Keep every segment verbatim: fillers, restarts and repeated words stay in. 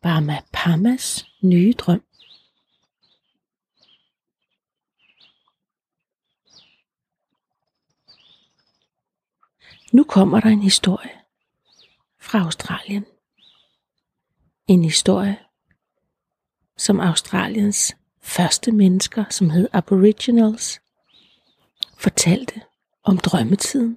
Bamapamas nye drøm. Nu kommer der en historie fra Australien. En historie, som Australiens første mennesker, som hed Aboriginals, fortalte om drømmetiden.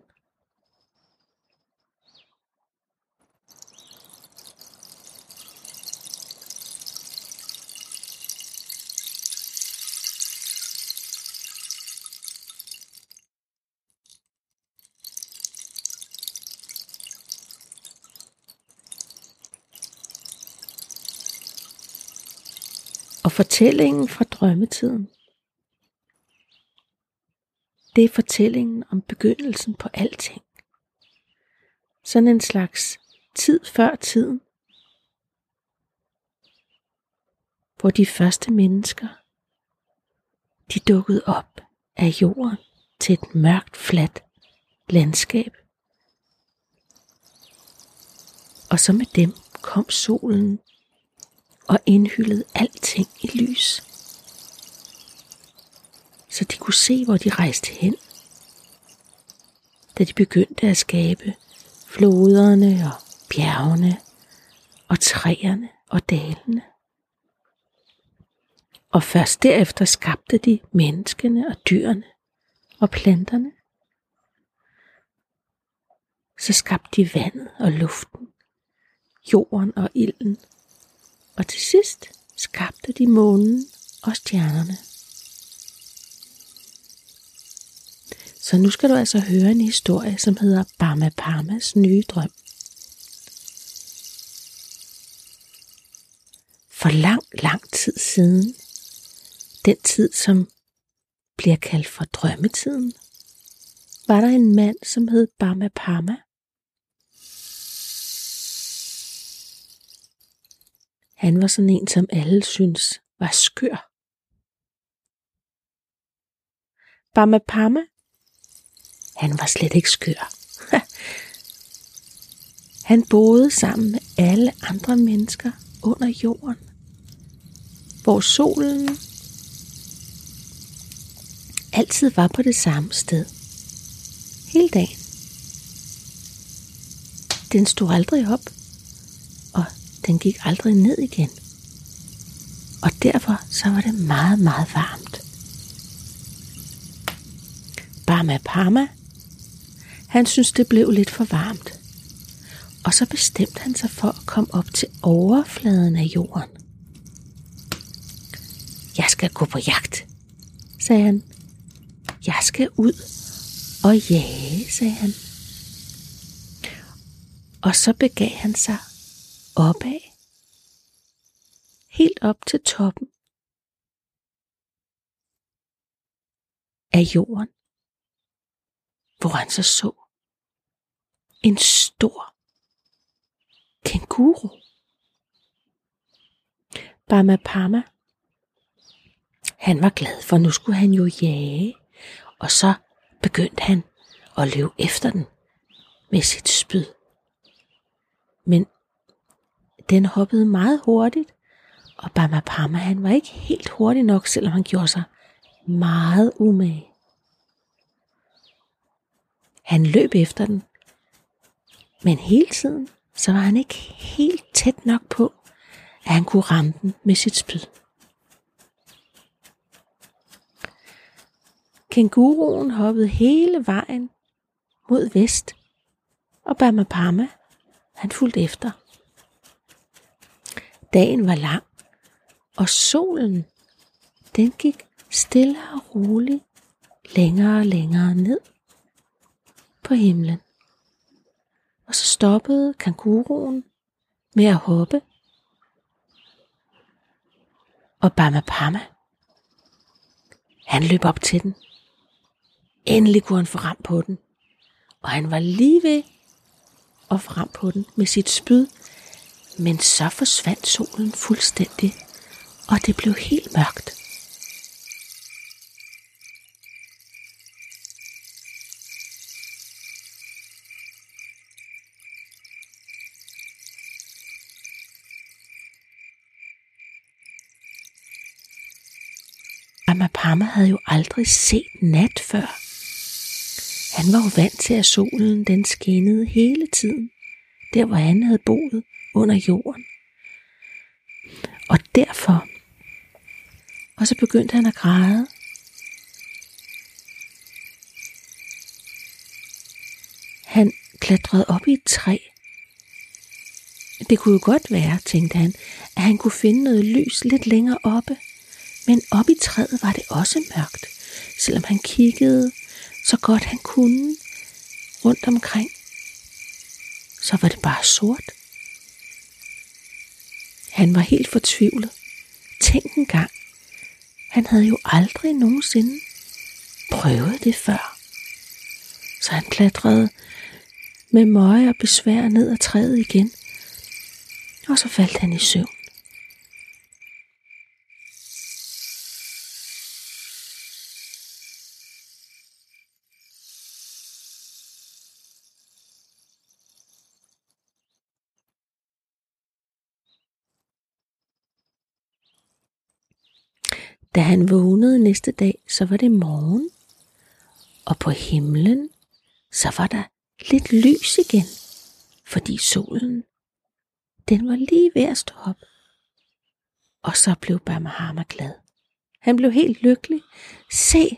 Og fortællingen fra drømmetiden, det er fortællingen om begyndelsen på alting. Sådan en slags tid før tiden, hvor de første mennesker, de dukkede op af jorden til et mørkt, fladt landskab. Og så med dem kom solen og indhyllede alting i lys, så de kunne se, hvor de rejste hen, da de begyndte at skabe floderne og bjergene og træerne og dalene. Og først derefter skabte de menneskene og dyrene og planterne. Så skabte de vandet og luften, jorden og ilden, og til sidst skabte de månen og stjernerne. Så nu skal du altså høre en historie, som hedder Bamapamas nye drøm. For lang, lang tid siden, den tid som bliver kaldt for drømmetiden, var der en mand, som hed Bamapama. Han var sådan en, som alle syntes var skør. Bamapama, han var slet ikke skør. Han boede sammen med alle andre mennesker under jorden, hvor solen altid var på det samme sted. Hele dagen. Den stod aldrig op, og den gik aldrig ned igen. Og derfor så var det meget, meget varmt. Bamapama, han syntes det blev lidt for varmt. Og så bestemte han sig for at komme op til overfladen af jorden. Jeg skal gå på jagt, sagde han. Jeg skal ud og jage, sagde han. Og så begav han sig opad, helt op til toppen af jorden, hvor han så så en stor kænguru. Bamapama, han var glad, for nu skulle han jo jage, og så begyndte han at løbe efter den med sit spyd. Men den hoppede meget hurtigt, og Bamapama, han var ikke helt hurtig nok, selvom han gjorde sig meget umage. Han løb efter den, men hele tiden så var han ikke helt tæt nok på, at han kunne ramme den med sit spyd. Kænguruen hoppede hele vejen mod vest, og Bamapama, han fulgte efter. Dagen var lang, og solen, den gik stille og roligt længere og længere ned på himlen. Og så stoppede kænguruen med at hoppe. Og Bamapama, han løb op til den. Endelig kunne han få ram på den. Og han var lige ved at få ram på den med sit spyd. Men så forsvandt solen fuldstændig, og det blev helt mørkt. Hammer havde jo aldrig set nat før. Han var jo vant til, at solen den skinnede hele tiden, der hvor han havde boet under jorden. Og derfor, og så begyndte han at græde. Han klatrede op i et træ. Det kunne jo godt være, tænkte han, at han kunne finde noget lys lidt længere oppe. Men oppe i træet var det også mørkt, selvom han kiggede så godt han kunne rundt omkring. Så var det bare sort. Han var helt fortvivlet. Tænk engang, han havde jo aldrig nogensinde prøvet det før. Så han klatrede med møje og besvær ned ad træet igen, og så faldt han i søvn. Da han vågnede næste dag, så var det morgen, og på himlen, så var der lidt lys igen, fordi solen, den var lige ved at stå op. Og så blev Bamahama glad. Han blev helt lykkelig. Se,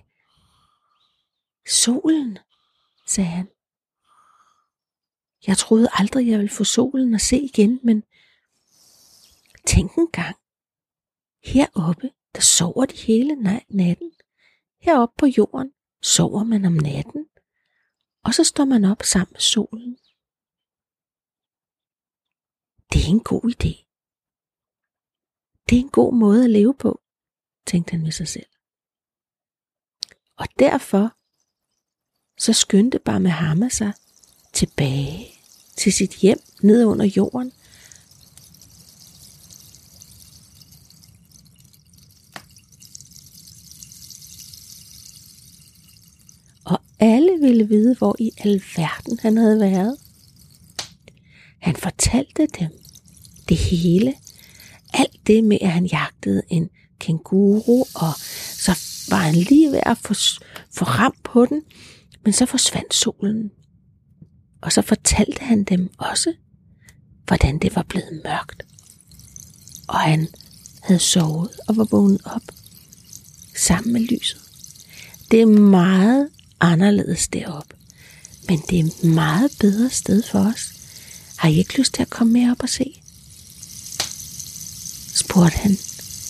solen, sagde han. Jeg troede aldrig, jeg ville få solen at se igen, men tænk engang, heroppe, der sover de hele natten. Heroppe på jorden sover man om natten, og så står man op sammen med solen. Det er en god idé. Det er en god måde at leve på, tænkte han ved sig selv. Og derfor så skyndte Bamahama sig tilbage til sit hjem nede under jorden. Og alle ville vide, hvor i alverden han havde været. Han fortalte dem det hele. Alt det med, at han jagtede en kænguru, og så var han lige ved at få, få ram på den, men så forsvandt solen. Og så fortalte han dem også, hvordan det var blevet mørkt. Og han havde sovet og var vågnet op sammen med lyset. Det er meget anderledes deroppe, men det er et meget bedre sted for os. Har I ikke lyst til at komme med op og se? Spurgte han.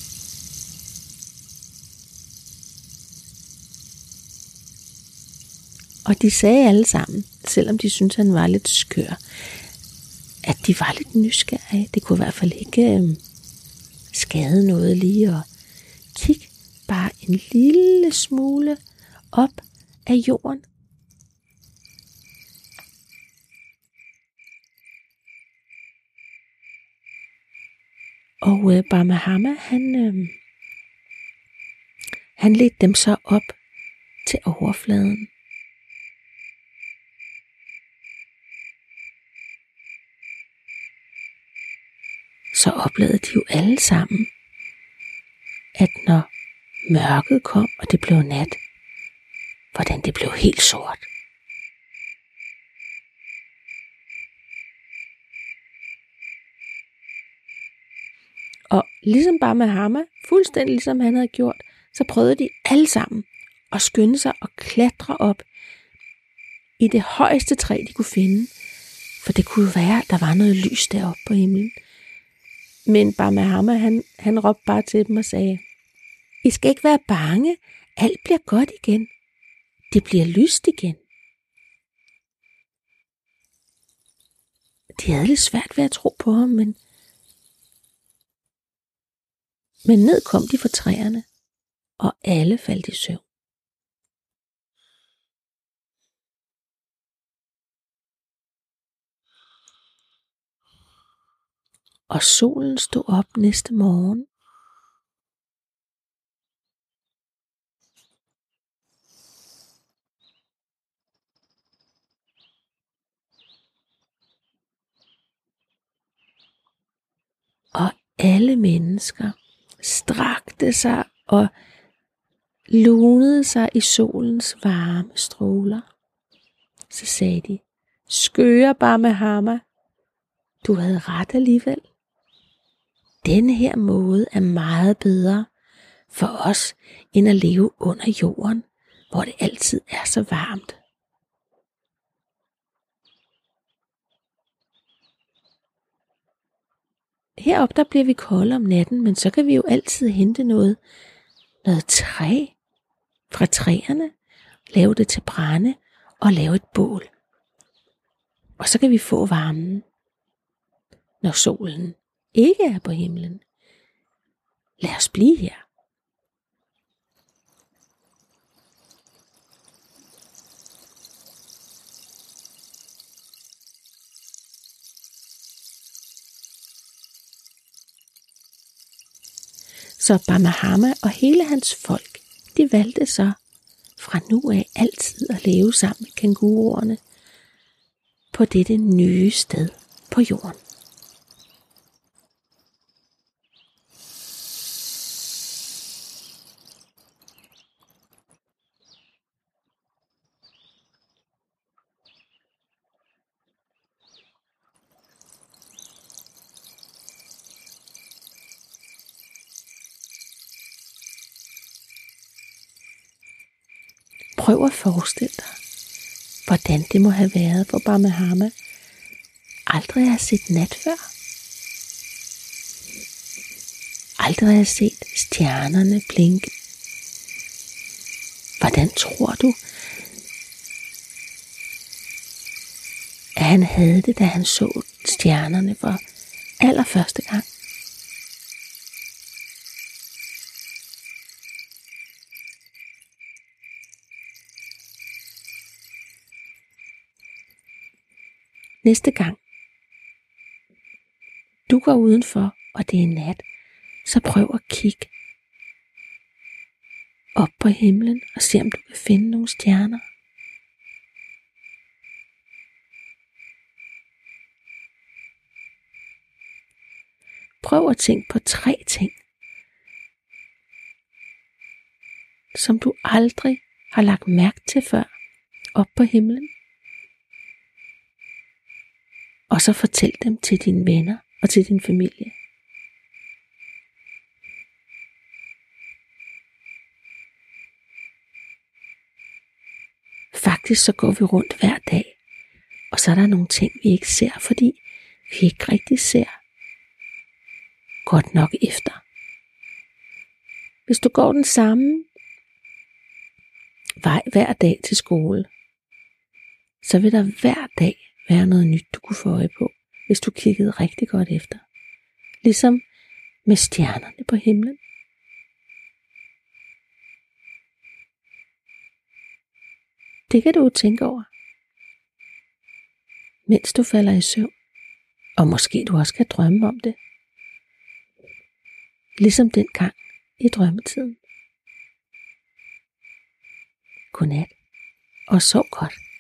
Og de sagde alle sammen, selvom de syntes, han var lidt skør, at de var lidt nysgerrige. Det kunne i hvert fald ikke øh, skade noget lige at kigge bare en lille smule op af jorden. Og øh, Bamahama, han, øh, han ledte dem så op til overfladen. Så oplevede de jo alle sammen, at når mørket kom, og det blev nat, hvordan det blev helt sort. Og ligesom Bamahama, fuldstændig ligesom han havde gjort, så prøvede de alle sammen at skynde sig og klatre op i det højeste træ, de kunne finde. For det kunne være, at der var noget lys deroppe på himlen. Men Bamahama, han, han råbte bare til dem og sagde, I skal ikke være bange, alt bliver godt igen. Det bliver lyst igen. De havde lidt svært ved at tro på ham, men, men ned kom de fra træerne, og alle faldt i søvn. Og solen stod op næste morgen. Og alle mennesker strakte sig og lunede sig i solens varme stråler. Så sagde de, skøre Barmahama, du havde ret alligevel. Denne her måde er meget bedre for os, end at leve under jorden, hvor det altid er så varmt. Heroppe der bliver vi kolde om natten, men så kan vi jo altid hente noget, noget træ fra træerne, lave det til brænde og lave et bål. Og så kan vi få varmen, når solen ikke er på himlen. Lad os blive her. Så Barmahama og hele hans folk, de valgte så fra nu af altid at leve sammen med kænguruerne på dette nye sted på jorden. Prøv at forestille dig, hvordan det må have været for Barmahama aldrig at have set nat før. Aldrig at have set stjernerne blinke. Hvordan tror du, at han havde det, da han så stjernerne for allerførste gang? Næste gang du går udenfor, og det er nat, så prøv at kigge op på himlen og se, om du kan finde nogle stjerner. Prøv at tænke på tre ting, som du aldrig har lagt mærke til før op på himlen. Og så fortæl dem til dine venner og til din familie. Faktisk så går vi rundt hver dag, og så er der nogle ting, vi ikke ser, fordi vi ikke rigtig ser godt nok efter. Hvis du går den samme vej hver dag til skole, så vil der hver dag være noget nyt, du kunne få øje på, hvis du kiggede rigtig godt efter. Ligesom med stjernerne på himlen. Det kan du tænke over, mens du falder i søvn. Og måske du også kan drømme om det. Ligesom dengang i drømmetiden. Godnat og sov godt.